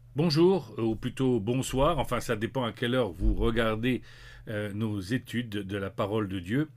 Bonjour, ou plutôt bonsoir, enfin ça dépend à quelle heure vous regardez nos études de la parole de Dieu.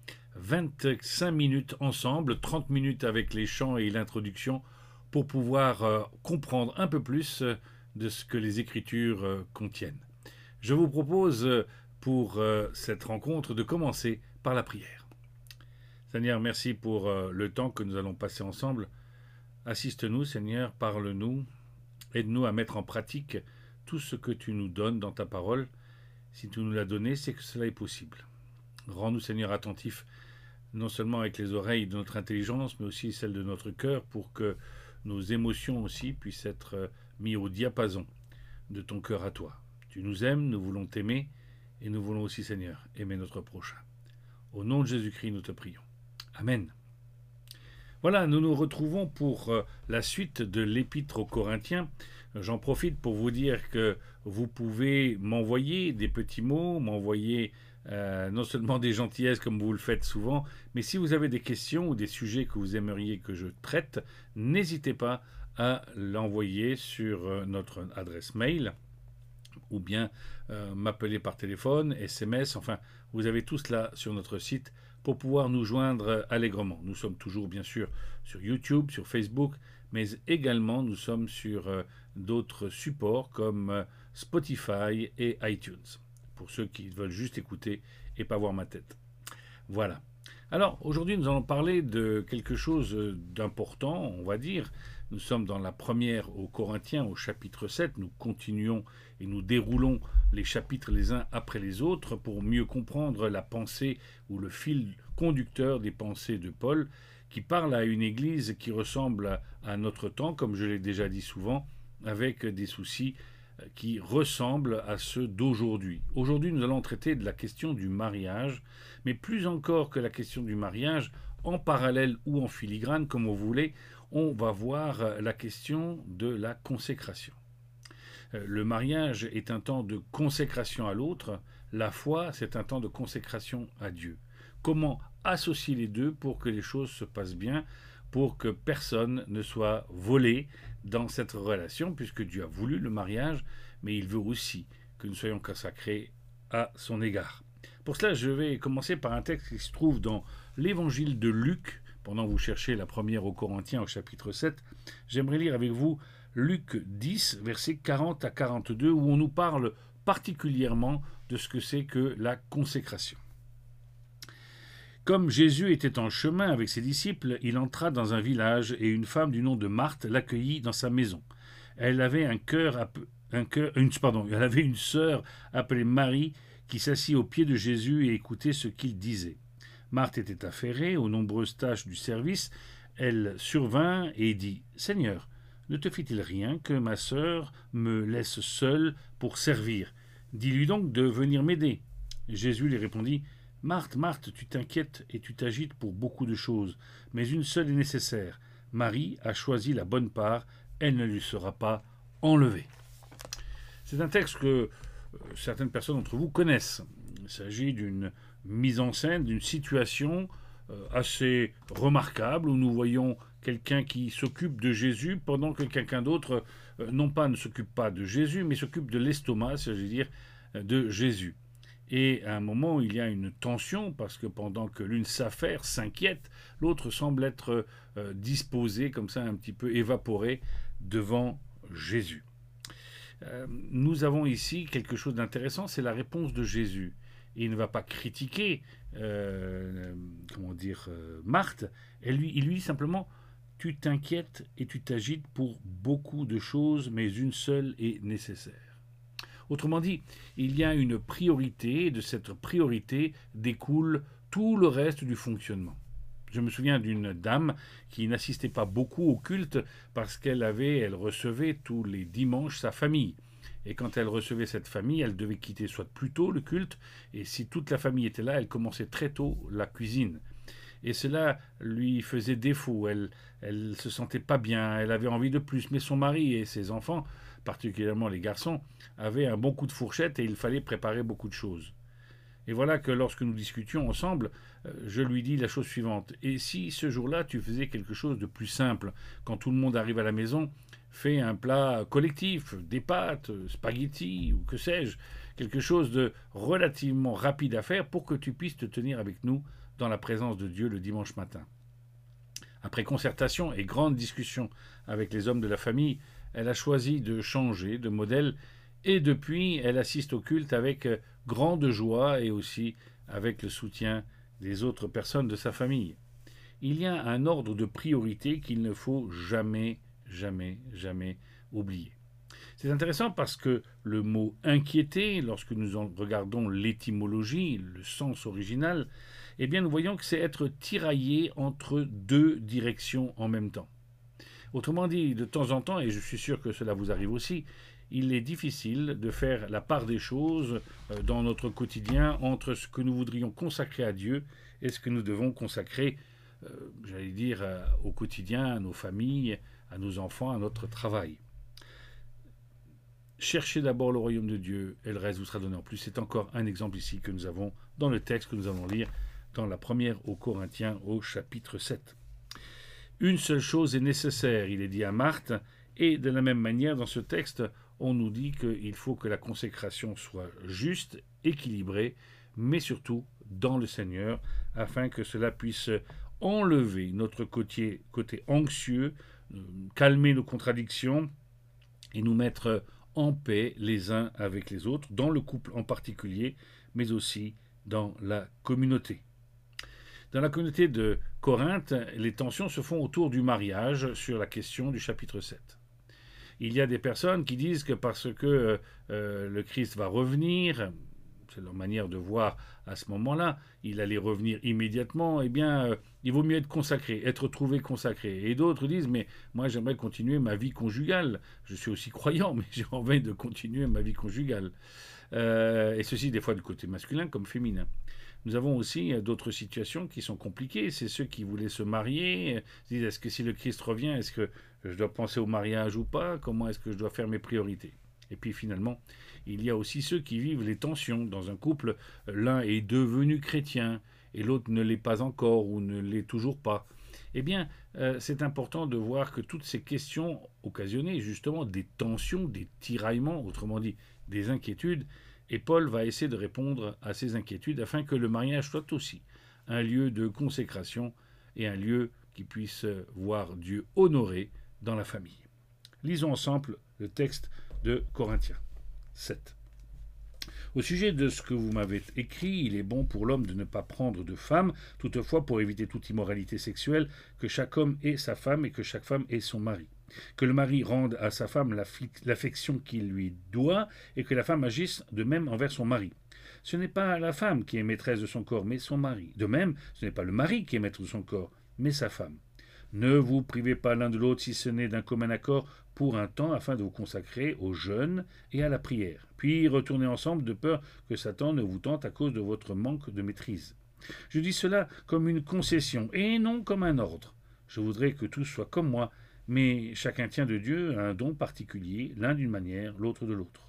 25 minutes ensemble, 30 minutes avec les chants et l'introduction pour pouvoir comprendre un peu plus de ce que les Écritures contiennent. Je vous propose pour cette rencontre de commencer par la prière. Seigneur, merci pour le temps que nous allons passer ensemble. Assiste-nous, Seigneur, parle-nous, aide-nous à mettre en pratique tout ce que tu nous donnes dans ta parole. Si tu nous l'as donné, c'est que cela est possible. Rends-nous, Seigneur, attentifs, non seulement avec les oreilles de notre intelligence, mais aussi celles de notre cœur, pour que nos émotions aussi puissent être mises au diapason de ton cœur à toi. Tu nous aimes, nous voulons t'aimer, et nous voulons aussi, Seigneur, aimer notre prochain. Au nom de Jésus-Christ, nous te prions. Amen. Voilà, nous nous retrouvons pour la suite de l'Épître aux Corinthiens. J'en profite pour vous dire que vous pouvez m'envoyer des petits mots, m'envoyer non seulement des gentillesses comme vous le faites souvent, mais si vous avez des questions ou des sujets que vous aimeriez que je traite, n'hésitez pas à l'envoyer sur notre adresse mail ou bien m'appeler par téléphone, SMS, enfin, vous avez tout cela sur notre site pour pouvoir nous joindre allègrement. Nous sommes toujours, bien sûr, sur YouTube, sur Facebook, mais également nous sommes sur d'autres supports comme Spotify et iTunes, pour ceux qui veulent juste écouter et pas voir ma tête. Voilà. Alors, aujourd'hui, nous allons parler de quelque chose d'important, on va dire. Nous sommes dans la première aux Corinthiens, au chapitre 7. Nous continuons et nous déroulons les chapitres les uns après les autres pour mieux comprendre la pensée ou le fil conducteur des pensées de Paul, qui parle à une église qui ressemble à notre temps, comme je l'ai déjà dit souvent, avec des soucis qui ressemblent à ceux d'aujourd'hui. Aujourd'hui, nous allons traiter de la question du mariage, mais plus encore que la question du mariage, en parallèle ou en filigrane, comme vous voulez, on va voir la question de la consécration. Le mariage est un temps de consécration à l'autre, la foi, c'est un temps de consécration à Dieu. Comment associer les deux pour que les choses se passent bien, pour que personne ne soit volé dans cette relation, puisque Dieu a voulu le mariage, mais il veut aussi que nous soyons consacrés à son égard. Pour cela, je vais commencer par un texte qui se trouve dans l'évangile de Luc, pendant que vous cherchez la première aux Corinthiens au chapitre 7. J'aimerais lire avec vous Luc 10, versets 40 à 42, où on nous parle particulièrement de ce que c'est que la consécration. Comme Jésus était en chemin avec ses disciples, il entra dans un village et une femme du nom de Marthe l'accueillit dans sa maison. Elle avait elle avait une sœur appelée Marie qui s'assit aux pieds de Jésus et écoutait ce qu'il disait. Marthe était affairée aux nombreuses tâches du service. Elle survint et dit « Seigneur, ne te fait-il rien que ma sœur me laisse seule pour servir? Dis-lui donc de venir m'aider. » Jésus lui répondit « Marthe, Marthe, tu t'inquiètes et tu t'agites pour beaucoup de choses, mais une seule est nécessaire. Marie a choisi la bonne part, elle ne lui sera pas enlevée. » C'est un texte que certaines personnes d'entre vous connaissent. Il s'agit d'une mise en scène, d'une situation assez remarquable où nous voyons quelqu'un qui s'occupe de Jésus pendant que quelqu'un d'autre, non pas ne s'occupe pas de Jésus, mais s'occupe de l'estomac, c'est-à-dire de Jésus. Et à un moment, il y a une tension parce que pendant que l'une s'affaire, s'inquiète, l'autre semble être disposé, comme ça, un petit peu évaporé devant Jésus. Nous avons ici quelque chose d'intéressant, c'est la réponse de Jésus. Et il ne va pas critiquer, Marthe. Il lui dit simplement, tu t'inquiètes et tu t'agites pour beaucoup de choses, mais une seule est nécessaire. Autrement dit, il y a une priorité, et de cette priorité découle tout le reste du fonctionnement. Je me souviens d'une dame qui n'assistait pas beaucoup au culte parce elle recevait tous les dimanches sa famille. Et quand elle recevait cette famille, elle devait quitter soit plus tôt le culte, et si toute la famille était là, elle commençait très tôt la cuisine. Et cela lui faisait défaut, elle se sentait pas bien, elle avait envie de plus, mais son mari et ses enfants, particulièrement les garçons, avaient un bon coup de fourchette et il fallait préparer beaucoup de choses. Et voilà que lorsque nous discutions ensemble, je lui dis la chose suivante. Et si ce jour-là, tu faisais quelque chose de plus simple, quand tout le monde arrive à la maison, fais un plat collectif, des pâtes, spaghettis ou que sais-je, quelque chose de relativement rapide à faire pour que tu puisses te tenir avec nous dans la présence de Dieu le dimanche matin. Après concertation et grande discussion avec les hommes de la famille, elle a choisi de changer de modèle et depuis, elle assiste au culte avec grande joie et aussi avec le soutien des autres personnes de sa famille. Il y a un ordre de priorité qu'il ne faut jamais, jamais, jamais oublier. C'est intéressant parce que le mot inquiéter, lorsque nous en regardons l'étymologie, le sens original, eh bien nous voyons que c'est être tiraillé entre deux directions en même temps. Autrement dit, de temps en temps, et je suis sûr que cela vous arrive aussi, il est difficile de faire la part des choses dans notre quotidien entre ce que nous voudrions consacrer à Dieu et ce que nous devons consacrer, j'allais dire, au quotidien, à nos familles, à nos enfants, à notre travail. Cherchez d'abord le royaume de Dieu et le reste vous sera donné en plus. C'est encore un exemple ici que nous avons dans le texte que nous allons lire dans la première aux Corinthiens au chapitre 7. Une seule chose est nécessaire, il est dit à Marthe, et de la même manière, dans ce texte, on nous dit qu'il faut que la consécration soit juste, équilibrée, mais surtout dans le Seigneur, afin que cela puisse enlever notre côté anxieux, calmer nos contradictions et nous mettre en paix les uns avec les autres, dans le couple en particulier, mais aussi dans la communauté. Dans la communauté de Corinthe, les tensions se font autour du mariage sur la question du chapitre 7. Il y a des personnes qui disent que parce que le Christ va revenir, c'est leur manière de voir à ce moment-là, il allait revenir immédiatement, eh bien, il vaut mieux être consacré, être trouvé consacré. Et d'autres disent, mais moi j'aimerais continuer ma vie conjugale. Je suis aussi croyant, mais j'ai envie de continuer ma vie conjugale. Et ceci des fois du côté masculin comme féminin. Nous avons aussi d'autres situations qui sont compliquées. C'est ceux qui voulaient se marier, se disent est-ce que si le Christ revient, est-ce que je dois penser au mariage ou pas? Comment est-ce que je dois faire mes priorités? Et puis finalement, il y a aussi ceux qui vivent les tensions dans un couple. L'un est devenu chrétien et l'autre ne l'est pas encore ou ne l'est toujours pas. Eh bien, c'est important de voir que toutes ces questions occasionnaient justement des tensions, des tiraillements, autrement dit des inquiétudes, et Paul va essayer de répondre à ces inquiétudes afin que le mariage soit aussi un lieu de consécration et un lieu qui puisse voir Dieu honoré dans la famille. Lisons ensemble le texte de Corinthiens 7. Au sujet de ce que vous m'avez écrit, il est bon pour l'homme de ne pas prendre de femme, toutefois pour éviter toute immoralité sexuelle, que chaque homme ait sa femme et que chaque femme ait son mari. Que le mari rende à sa femme l'affection qu'il lui doit et que la femme agisse de même envers son mari. Ce n'est pas la femme qui est maîtresse de son corps, mais son mari. De même, ce n'est pas le mari qui est maître de son corps, mais sa femme. Ne vous privez pas l'un de l'autre si ce n'est d'un commun accord pour un temps afin de vous consacrer au jeûne et à la prière. Puis retournez ensemble de peur que Satan ne vous tente à cause de votre manque de maîtrise. Je dis cela comme une concession et non comme un ordre. Je voudrais que tous soient comme moi, mais chacun tient de Dieu un don particulier, l'un d'une manière, l'autre de l'autre.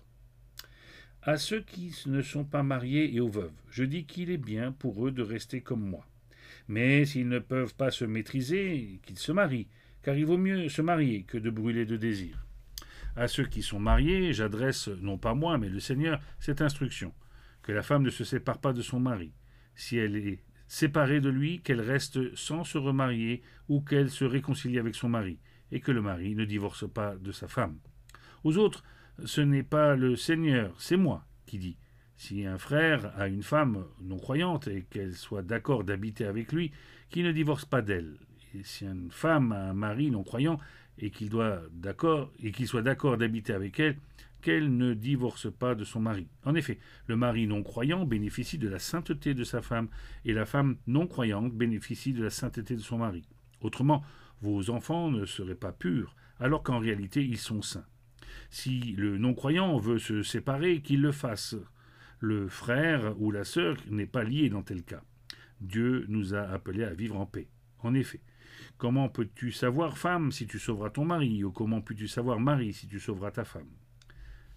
À ceux qui ne sont pas mariés et aux veuves, je dis qu'il est bien pour eux de rester comme moi. Mais s'ils ne peuvent pas se maîtriser, qu'ils se marient, car il vaut mieux se marier que de brûler de désir. À ceux qui sont mariés, j'adresse, non pas moi, mais le Seigneur, cette instruction, que la femme ne se sépare pas de son mari. Si elle est séparée de lui, qu'elle reste sans se remarier ou qu'elle se réconcilie avec son mari, et que le mari ne divorce pas de sa femme. Aux autres, ce n'est pas le Seigneur, c'est moi qui dis. Si un frère a une femme non-croyante et qu'elle soit d'accord d'habiter avec lui, qu'il ne divorce pas d'elle. Et si une femme a un mari non-croyant et qu'il soit d'accord d'habiter avec elle, qu'elle ne divorce pas de son mari. En effet, le mari non-croyant bénéficie de la sainteté de sa femme et la femme non-croyante bénéficie de la sainteté de son mari. Autrement, vos enfants ne seraient pas purs, alors qu'en réalité ils sont saints. Si le non-croyant veut se séparer, qu'il le fasse. Le frère ou la sœur n'est pas lié dans tel cas. Dieu nous a appelés à vivre en paix. En effet, comment peux-tu savoir femme si tu sauveras ton mari, ou comment peux-tu savoir mari si tu sauveras ta femme?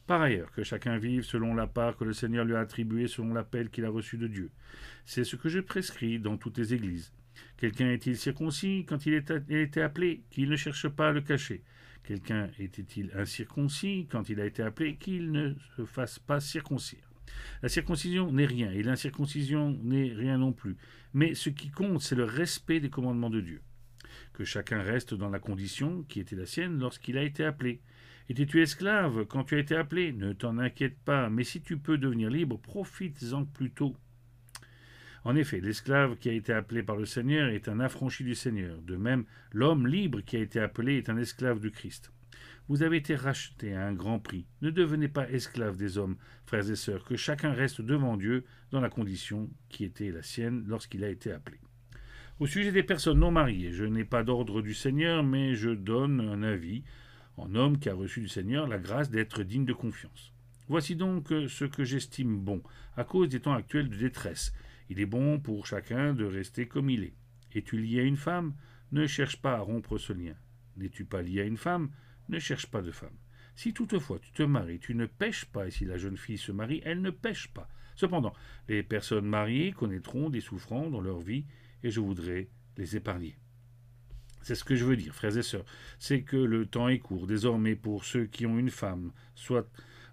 Par ailleurs, que chacun vive selon la part que le Seigneur lui a attribuée selon l'appel qu'il a reçu de Dieu. C'est ce que je prescris dans toutes les églises. Quelqu'un est-il circoncis quand il était appelé, qu'il ne cherche pas à le cacher. Quelqu'un était-il incirconcis quand il a été appelé, qu'il ne se fasse pas circoncire. La circoncision n'est rien, et l'incirconcision n'est rien non plus. Mais ce qui compte, c'est le respect des commandements de Dieu. Que chacun reste dans la condition qui était la sienne lorsqu'il a été appelé. Étais-tu esclave quand tu as été appelé? Ne t'en inquiète pas, mais si tu peux devenir libre, profites-en plutôt. En effet, l'esclave qui a été appelé par le Seigneur est un affranchi du Seigneur. De même, l'homme libre qui a été appelé est un esclave du Christ. Vous avez été rachetés à un grand prix. Ne devenez pas esclaves des hommes, frères et sœurs, que chacun reste devant Dieu dans la condition qui était la sienne lorsqu'il a été appelé. Au sujet des personnes non mariées, je n'ai pas d'ordre du Seigneur, mais je donne un avis en homme qui a reçu du Seigneur la grâce d'être digne de confiance. Voici donc ce que j'estime bon, à cause des temps actuels de détresse. Il est bon pour chacun de rester comme il est. Es-tu lié à une femme? Ne cherche pas à rompre ce lien. N'es-tu pas lié à une femme? Ne cherche pas de femme. Si toutefois tu te maries, tu ne pèches pas, et si la jeune fille se marie, elle ne pêche pas. Cependant, les personnes mariées connaîtront des souffrances dans leur vie, et je voudrais les épargner. C'est ce que je veux dire, frères et sœurs. C'est que le temps est court. Désormais, pour ceux qui ont une femme, soit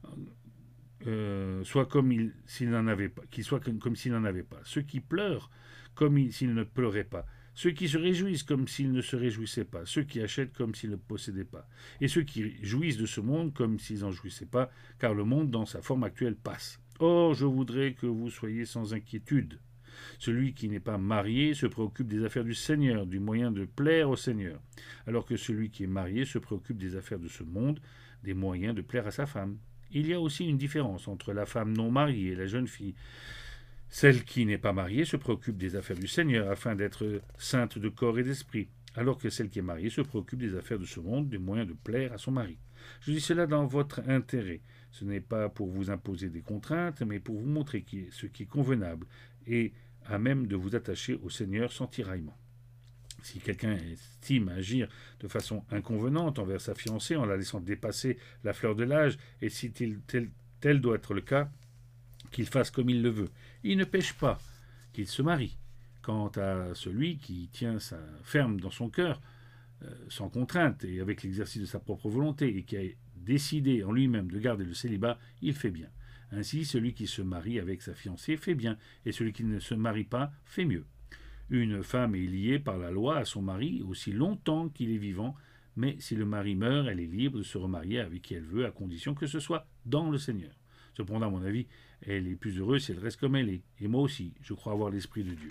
comme s'ils n'en avaient pas, qu'ils soient comme s'ils n'en avaient pas. Ceux qui pleurent comme s'ils ne pleuraient pas. Ceux qui se réjouissent comme s'ils ne se réjouissaient pas. Ceux qui achètent comme s'ils ne possédaient pas. Et ceux qui jouissent de ce monde comme s'ils n'en jouissaient pas, car le monde, dans sa forme actuelle, passe. Or, je voudrais que vous soyez sans inquiétude. Celui qui n'est pas marié se préoccupe des affaires du Seigneur, du moyen de plaire au Seigneur, alors que celui qui est marié se préoccupe des affaires de ce monde, des moyens de plaire à sa femme. Il y a aussi une différence entre la femme non mariée et la jeune fille. Celle qui n'est pas mariée se préoccupe des affaires du Seigneur, afin d'être sainte de corps et d'esprit, alors que celle qui est mariée se préoccupe des affaires de ce monde, des moyens de plaire à son mari. Je dis cela dans votre intérêt. Ce n'est pas pour vous imposer des contraintes, mais pour vous montrer ce qui est convenable et à même de vous attacher au Seigneur sans tiraillement. Si quelqu'un estime agir de façon inconvenante envers sa fiancée en la laissant dépasser la fleur de l'âge, et si tel doit être le cas, qu'il fasse comme il le veut. Il ne pêche pas, qu'il se marie. Quant à celui qui tient sa ferme dans son cœur, sans contrainte et avec l'exercice de sa propre volonté, et qui a décidé en lui-même de garder le célibat, il fait bien. Ainsi, celui qui se marie avec sa fiancée fait bien, et celui qui ne se marie pas fait mieux. Une femme est liée par la loi à son mari aussi longtemps qu'il est vivant, mais si le mari meurt, elle est libre de se remarier avec qui elle veut, à condition que ce soit dans le Seigneur. Cependant, à mon avis, elle est plus heureuse si elle reste comme elle est. Et moi aussi, je crois avoir l'Esprit de Dieu.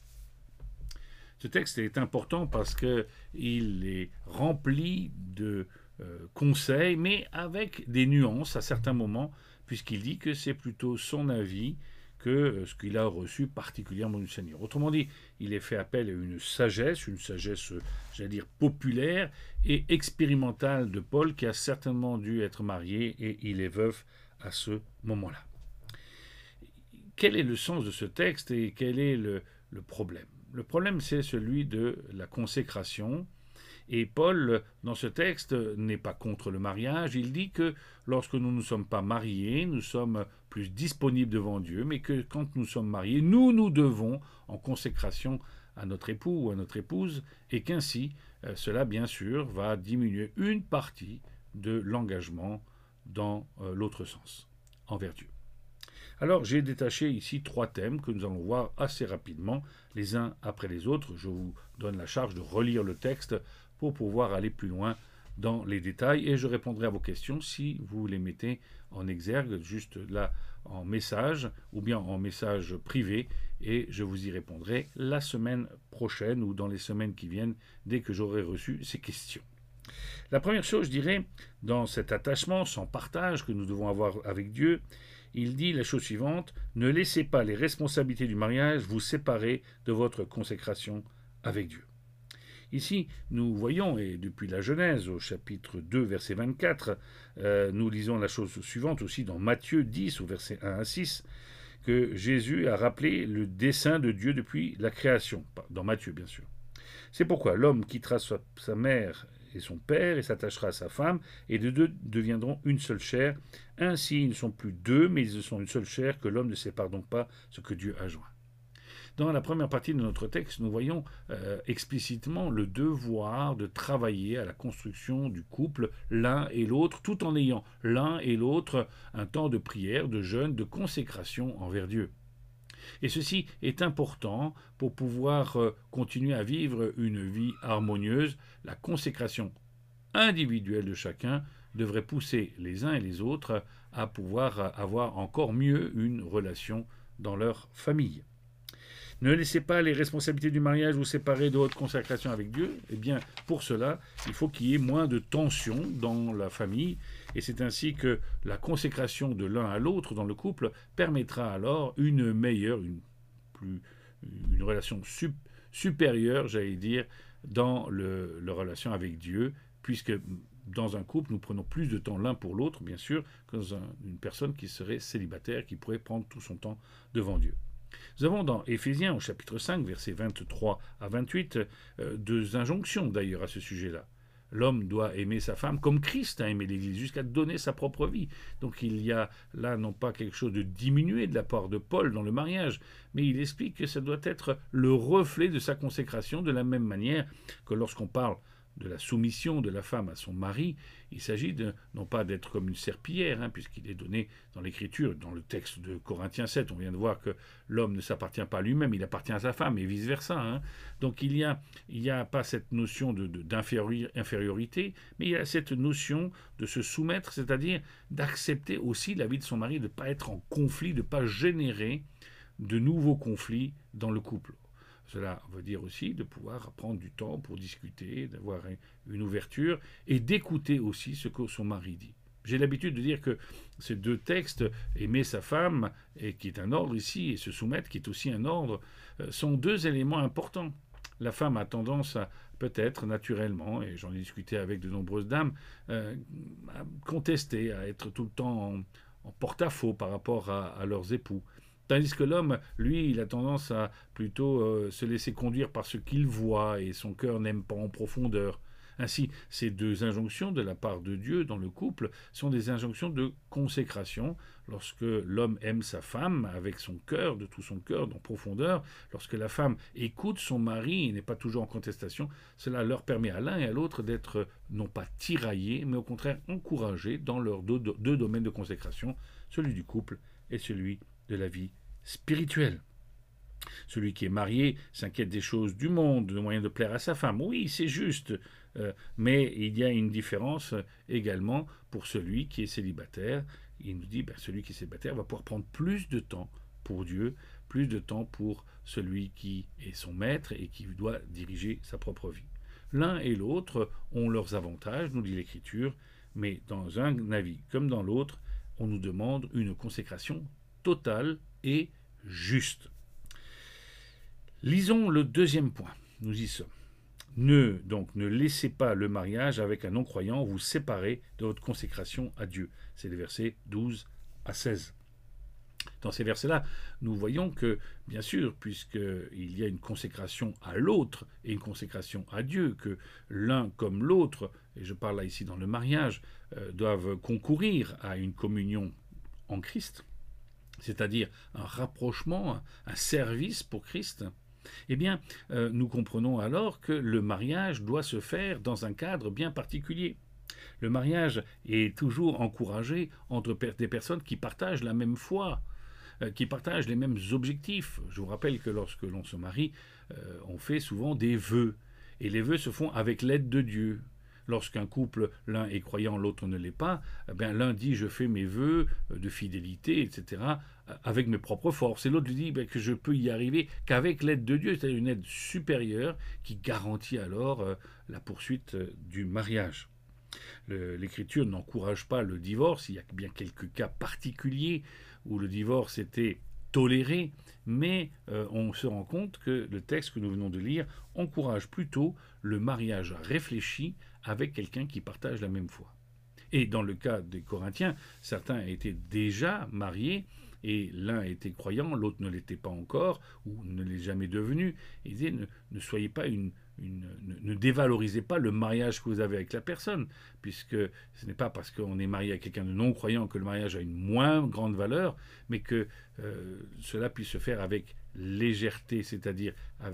Ce texte est important parce qu'il est rempli de conseils, mais avec des nuances à certains moments, puisqu'il dit que c'est plutôt son avis que ce qu'il a reçu particulièrement du Seigneur. Autrement dit, il est fait appel à une sagesse, j'allais dire, populaire et expérimentale de Paul, qui a certainement dû être marié, et il est veuf à ce moment-là. Quel est le sens de ce texte et quel est le problème? Le problème, c'est celui de la consécration. Et Paul, dans ce texte, n'est pas contre le mariage. Il dit que lorsque nous ne sommes pas mariés, nous sommes plus disponibles devant Dieu, mais que quand nous sommes mariés, nous devons en consécration à notre époux ou à notre épouse, et qu'ainsi, cela, bien sûr, va diminuer une partie de l'engagement dans l'autre sens, envers Dieu. Alors, j'ai détaché ici 3 thèmes que nous allons voir assez rapidement, les uns après les autres. Je vous donne la charge de relire le texte pour pouvoir aller plus loin dans les détails, et je répondrai à vos questions si vous les mettez en exergue, juste là en message, ou bien en message privé, et je vous y répondrai la semaine prochaine ou dans les semaines qui viennent, dès que j'aurai reçu ces questions. La première chose, je dirais, dans cet attachement sans partage que nous devons avoir avec Dieu, il dit la chose suivante: ne laissez pas les responsabilités du mariage vous séparer de votre consécration avec Dieu. Ici, nous voyons, et depuis la Genèse, au chapitre 2, verset 24, nous lisons la chose suivante aussi dans Matthieu 10, au verset 1 à 6, que Jésus a rappelé le dessein de Dieu depuis la création, dans Matthieu bien sûr. C'est pourquoi l'homme quittera sa mère et son père, et s'attachera à sa femme, et les deux deviendront une seule chair. Ainsi, ils ne sont plus deux, mais ils sont une seule chair, que l'homme ne sépare donc pas ce que Dieu a joint. Dans la première partie de notre texte, nous voyons explicitement le devoir de travailler à la construction du couple, l'un et l'autre, tout en ayant l'un et l'autre un temps de prière, de jeûne, de consécration envers Dieu. Et ceci est important pour pouvoir continuer à vivre une vie harmonieuse. La consécration individuelle de chacun devrait pousser les uns et les autres à pouvoir avoir encore mieux une relation dans leur famille. Ne laissez pas les responsabilités du mariage vous séparer de votre consacration avec Dieu. Eh bien, pour cela, il faut qu'il y ait moins de tension dans la famille. Et c'est ainsi que la consécration de l'un à l'autre dans le couple permettra alors une meilleure, une relation supérieure, j'allais dire, dans la relation avec Dieu, puisque dans un couple, nous prenons plus de temps l'un pour l'autre, bien sûr, que dans une personne qui serait célibataire, qui pourrait prendre tout son temps devant Dieu. Nous avons dans Éphésiens, au chapitre 5, versets 23 à 28, deux injonctions d'ailleurs à ce sujet-là. L'homme doit aimer sa femme comme Christ a aimé l'Église, jusqu'à donner sa propre vie. Donc il y a là non pas quelque chose de diminué de la part de Paul dans le mariage, mais il explique que ça doit être le reflet de sa consécration, de la même manière que lorsqu'on parle de la soumission de la femme à son mari, il s'agit non pas d'être comme une serpillière, puisqu'il est donné dans l'Écriture, dans le texte de Corinthiens 7, on vient de voir que l'homme ne s'appartient pas à lui-même, il appartient à sa femme, et vice-versa. Donc il y a pas cette notion d'infériorité, mais il y a cette notion de se soumettre, c'est-à-dire d'accepter aussi la vie de son mari, de ne pas être en conflit, de ne pas générer de nouveaux conflits dans le couple. Cela veut dire aussi de pouvoir prendre du temps pour discuter, d'avoir une ouverture et d'écouter aussi ce que son mari dit. J'ai l'habitude de dire que ces deux textes, aimer sa femme, et qui est un ordre ici, et se soumettre, qui est aussi un ordre, sont deux éléments importants. La femme a tendance à, peut-être naturellement, et j'en ai discuté avec de nombreuses dames, à contester, à être tout le temps en porte-à-faux par rapport à leurs époux. Tandis que l'homme, lui, il a tendance à plutôt se laisser conduire par ce qu'il voit et son cœur n'aime pas en profondeur. Ainsi, ces deux injonctions de la part de Dieu dans le couple sont des injonctions de consécration. Lorsque l'homme aime sa femme avec son cœur, de tout son cœur, en profondeur, lorsque la femme écoute son mari et n'est pas toujours en contestation, cela leur permet à l'un et à l'autre d'être non pas tiraillés, mais au contraire encouragés dans leurs deux domaines de consécration, celui du couple et celui de la vie spirituelle. Celui qui est marié s'inquiète des choses du monde, de moyens de plaire à sa femme. Oui, c'est juste, mais il y a une différence également pour celui qui est célibataire. Il nous dit celui qui est célibataire va pouvoir prendre plus de temps pour Dieu, plus de temps pour celui qui est son maître et qui doit diriger sa propre vie. L'un et l'autre ont leurs avantages, nous dit l'Écriture, mais dans un avis comme dans l'autre, on nous demande une consécration totale et juste. Lisons le deuxième point. Nous y sommes. Ne laissez pas le mariage avec un non-croyant vous séparer de votre consécration à Dieu. C'est les versets 12 à 16. Dans ces versets-là, nous voyons que, bien sûr, puisqu'il y a une consécration à l'autre et une consécration à Dieu, que l'un comme l'autre, et je parle là ici dans le mariage, doivent concourir à une communion en Christ, c'est-à-dire un rapprochement, un service pour Christ, eh bien, nous comprenons alors que le mariage doit se faire dans un cadre bien particulier. Le mariage est toujours encouragé entre des personnes qui partagent la même foi, qui partagent les mêmes objectifs. Je vous rappelle que lorsque l'on se marie, on fait souvent des vœux, et les vœux se font avec l'aide de Dieu. Lorsqu'un couple, l'un est croyant, l'autre ne l'est pas, l'un dit je fais mes vœux de fidélité, etc., avec mes propres forces. Et l'autre lui dit que je peux y arriver qu'avec l'aide de Dieu, c'est-à-dire une aide supérieure qui garantit alors la poursuite du mariage. L'Écriture n'encourage pas le divorce, il y a bien quelques cas particuliers où le divorce était toléré, mais on se rend compte que le texte que nous venons de lire encourage plutôt le mariage réfléchi avec quelqu'un qui partage la même foi. Et dans le cas des Corinthiens, certains étaient déjà mariés, et l'un était croyant, l'autre ne l'était pas encore, ou ne l'est jamais devenu. Il disait, ne soyez pas une ne dévalorisez pas le mariage que vous avez avec la personne, puisque ce n'est pas parce qu'on est marié à quelqu'un de non-croyant que le mariage a une moins grande valeur, mais que cela puisse se faire avec légèreté, c'est-à-dire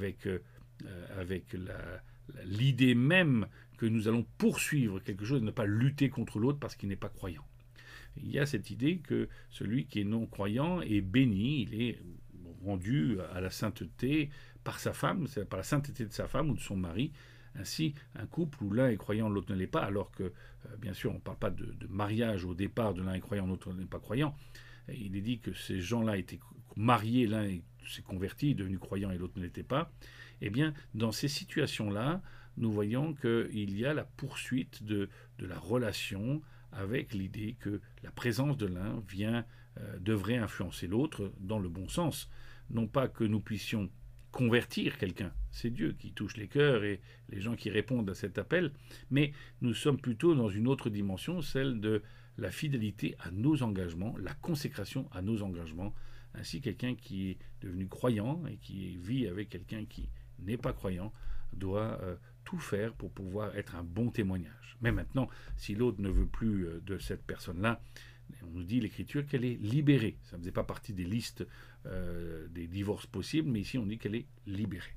avec l'idée même que nous allons poursuivre quelque chose et ne pas lutter contre l'autre parce qu'il n'est pas croyant. Il y a cette idée que celui qui est non-croyant est béni, il est rendu à la sainteté par sa femme, c'est par la sainteté de sa femme ou de son mari. Ainsi, un couple où l'un est croyant, l'autre ne l'est pas, alors que, bien sûr, on ne parle pas de mariage au départ de l'un est croyant, l'autre n'est pas croyant. Il est dit que ces gens-là étaient mariés, l'un s'est converti, est devenu croyant et l'autre ne l'était pas. Eh bien, dans ces situations-là, nous voyons qu'il y a la poursuite de la relation avec l'idée que la présence de l'un devrait influencer l'autre dans le bon sens. Non pas que nous puissions convertir quelqu'un, c'est Dieu qui touche les cœurs et les gens qui répondent à cet appel, mais nous sommes plutôt dans une autre dimension, celle de la fidélité à nos engagements, la consécration à nos engagements. Ainsi, quelqu'un qui est devenu croyant et qui vit avec quelqu'un qui n'est pas croyant doit tout faire pour pouvoir être un bon témoignage. Mais maintenant, si l'autre ne veut plus de cette personne-là, on nous dit l'Écriture qu'elle est libérée. Ça ne faisait pas partie des listes des divorces possibles, mais ici on dit qu'elle est libérée.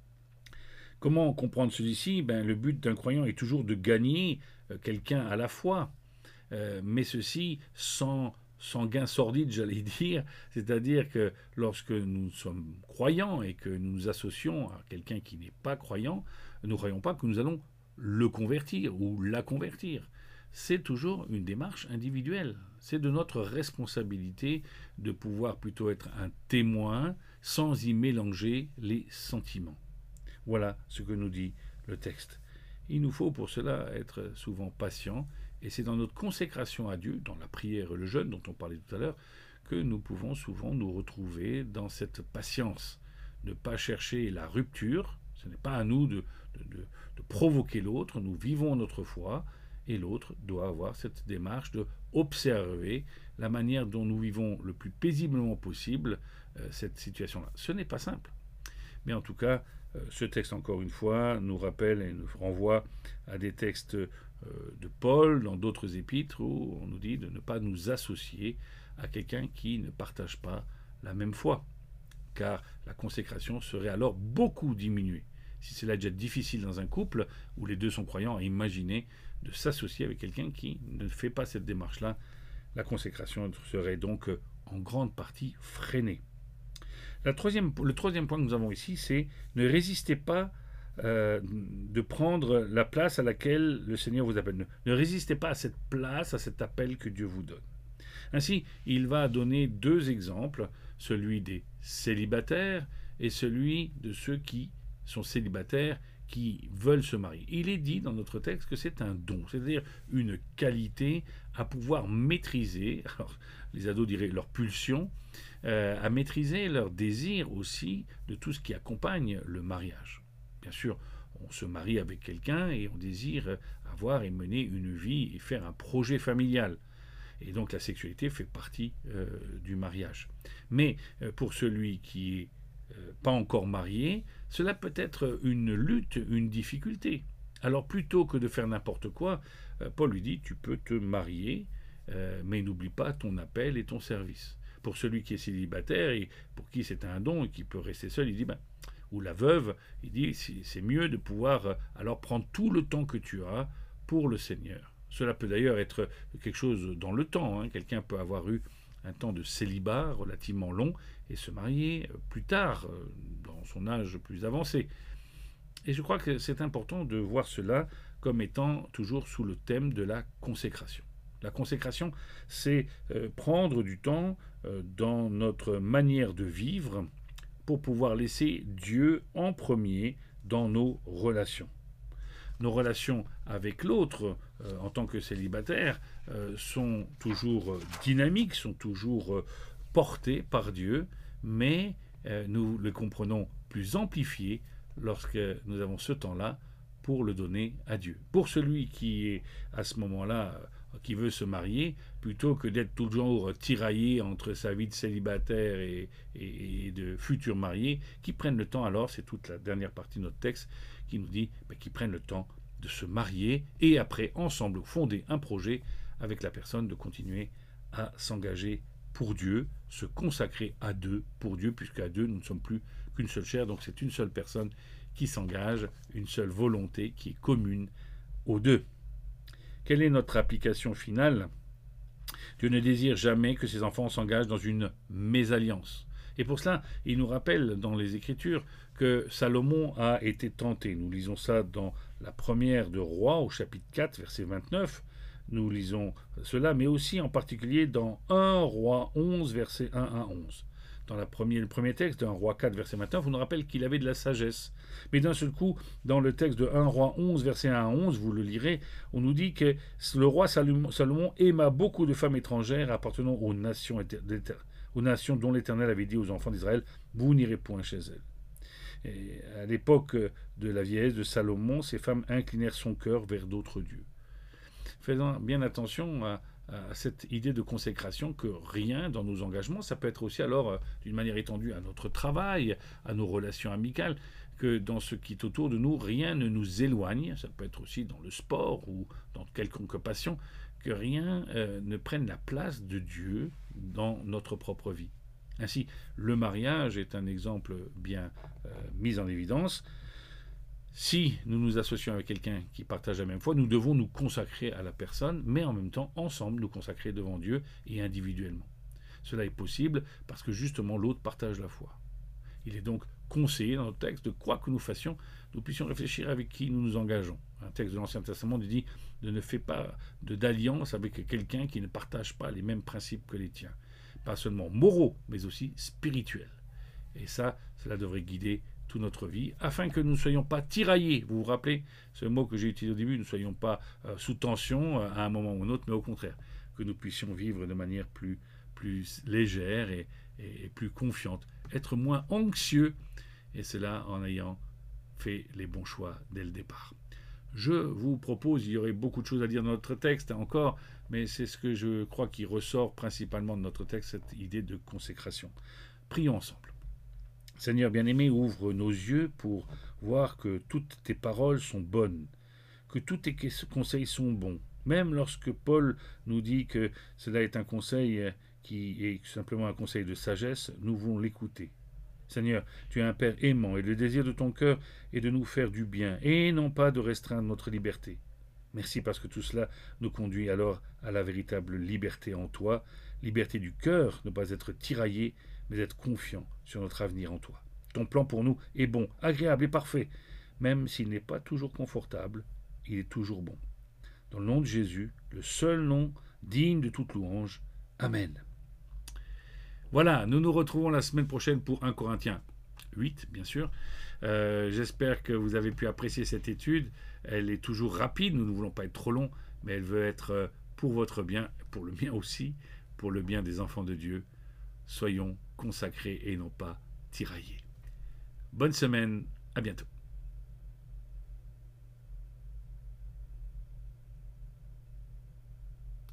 Comment comprendre ceci? Le but d'un croyant est toujours de gagner quelqu'un à la fois, mais ceci sans gain sordide, j'allais dire, c'est-à-dire que lorsque nous sommes croyants et que nous nous associons à quelqu'un qui n'est pas croyant, nous ne croyons pas que nous allons le convertir ou la convertir. C'est toujours une démarche individuelle. C'est de notre responsabilité de pouvoir plutôt être un témoin sans y mélanger les sentiments. Voilà ce que nous dit le texte. Il nous faut pour cela être souvent patient, et c'est dans notre consécration à Dieu, dans la prière et le jeûne dont on parlait tout à l'heure, que nous pouvons souvent nous retrouver dans cette patience. Ne pas chercher la rupture, ce n'est pas à nous de provoquer l'autre, nous vivons notre foi, et l'autre doit avoir cette démarche de observer la manière dont nous vivons le plus paisiblement possible cette situation-là. Ce n'est pas simple. Mais en tout cas, ce texte, encore une fois, nous rappelle et nous renvoie à des textes de Paul dans d'autres épîtres où on nous dit de ne pas nous associer à quelqu'un qui ne partage pas la même foi, car la consécration serait alors beaucoup diminuée. Si cela est déjà difficile dans un couple où les deux sont croyants, imaginez de s'associer avec quelqu'un qui ne fait pas cette démarche-là. La consécration serait donc en grande partie freinée. Le troisième point que nous avons ici, c'est ne résistez pas de prendre la place à laquelle le Seigneur vous appelle. Ne résistez pas à cette place, à cet appel que Dieu vous donne. Ainsi, il va donner deux exemples, celui des célibataires et celui de ceux qui sont célibataires, qui veulent se marier. Il est dit dans notre texte que c'est un don, c'est-à-dire une qualité à pouvoir maîtriser, alors les ados diraient leur pulsion, à maîtriser leur désir aussi de tout ce qui accompagne le mariage. Bien sûr, on se marie avec quelqu'un et on désire avoir et mener une vie et faire un projet familial. Et donc la sexualité fait partie du mariage. Mais pour celui qui est pas encore marié, cela peut être une lutte, une difficulté. Alors plutôt que de faire n'importe quoi, Paul lui dit, tu peux te marier, mais n'oublie pas ton appel et ton service. Pour celui qui est célibataire et pour qui c'est un don et qui peut rester seul, il dit, ou la veuve, il dit, c'est mieux de pouvoir alors prendre tout le temps que tu as pour le Seigneur. Cela peut d'ailleurs être quelque chose dans le temps. Quelqu'un peut avoir eu un temps de célibat relativement long et se marier plus tard, dans son âge plus avancé. Et je crois que c'est important de voir cela comme étant toujours sous le thème de la consécration. La consécration, c'est prendre du temps dans notre manière de vivre pour pouvoir laisser Dieu en premier dans nos relations. Nos relations avec l'autre, en tant que célibataire, sont toujours dynamiques, sont toujours portées par Dieu, mais nous les comprenons plus amplifiées lorsque nous avons ce temps-là pour le donner à Dieu. Pour celui qui est à ce moment-là, qui veut se marier, plutôt que d'être toujours tiraillé entre sa vie de célibataire et de futur marié, qui prennent le temps alors, c'est toute la dernière partie de notre texte, qui nous dit qu'ils prennent le temps de se marier et après, ensemble, fonder un projet avec la personne, de continuer à s'engager pour Dieu, se consacrer à deux pour Dieu, puisque à deux, nous ne sommes plus qu'une seule chair, donc c'est une seule personne qui s'engage, une seule volonté qui est commune aux deux. Quelle est notre application finale? Dieu ne désire jamais que ses enfants s'engagent dans une mésalliance. Et pour cela, il nous rappelle dans les Écritures que Salomon a été tenté. Nous lisons ça dans la première de Rois, au chapitre 4, verset 29. Nous lisons cela, mais aussi en particulier dans 1 Roi 11, verset 1 à 11. Dans le premier texte d'un Roi 4, verset 29, on nous rappelle qu'il avait de la sagesse. Mais d'un seul coup, dans le texte de 1 Roi 11, verset 1 à 11, vous le lirez, on nous dit que le roi Salomon aima beaucoup de femmes étrangères appartenant aux nations dont l'Éternel avait dit aux enfants d'Israël, vous n'irez point chez elles. Et à l'époque de la vieillesse de Salomon, ces femmes inclinèrent son cœur vers d'autres dieux. Faisons bien attention à cette idée de consécration, que rien dans nos engagements, ça peut être aussi alors d'une manière étendue à notre travail, à nos relations amicales, que dans ce qui est autour de nous, rien ne nous éloigne, ça peut être aussi dans le sport ou dans quelconque passion, que rien ne prenne la place de Dieu dans notre propre vie. Ainsi, le mariage est un exemple bien mis en évidence. Si nous nous associons avec quelqu'un qui partage la même foi, nous devons nous consacrer à la personne, mais en même temps, ensemble, nous consacrer devant Dieu et individuellement. Cela est possible parce que justement l'autre partage la foi. Il est donc conseillé dans notre texte de quoi que nous fassions, nous puissions réfléchir avec qui nous nous engageons. Un texte de l'Ancien Testament nous dit de ne faire pas d'alliance avec quelqu'un qui ne partage pas les mêmes principes que les tiens. Pas seulement moraux, mais aussi spirituels. Et ça, cela devrait guider toute notre vie, afin que nous ne soyons pas tiraillés. Vous vous rappelez ce mot que j'ai utilisé au début, nous ne soyons pas sous tension à un moment ou un autre, mais au contraire, que nous puissions vivre de manière plus légère et plus confiante, être moins anxieux, et cela en ayant fait les bons choix dès le départ. Je vous propose, il y aurait beaucoup de choses à dire dans notre texte encore, mais c'est ce que je crois qui ressort principalement de notre texte, cette idée de consécration. Prions ensemble. Seigneur bien-aimé, ouvre nos yeux pour voir que toutes tes paroles sont bonnes, que tous tes conseils sont bons. Même lorsque Paul nous dit que cela est un conseil qui est simplement un conseil de sagesse, nous voulons l'écouter. Seigneur, tu es un Père aimant et le désir de ton cœur est de nous faire du bien et non pas de restreindre notre liberté. Merci parce que tout cela nous conduit alors à la véritable liberté en toi, liberté du cœur, ne pas être tiraillé, mais d'être confiant sur notre avenir en toi. Ton plan pour nous est bon, agréable et parfait. Même s'il n'est pas toujours confortable, il est toujours bon. Dans le nom de Jésus, le seul nom digne de toute louange. Amen. Voilà, nous nous retrouvons la semaine prochaine pour 1 Corinthiens 8, bien sûr. J'espère que vous avez pu apprécier cette étude. Elle est toujours rapide, nous ne voulons pas être trop long, mais elle veut être pour votre bien, pour le mien aussi, pour le bien des enfants de Dieu. Soyons consacrés et non pas tiraillés. Bonne semaine, à bientôt.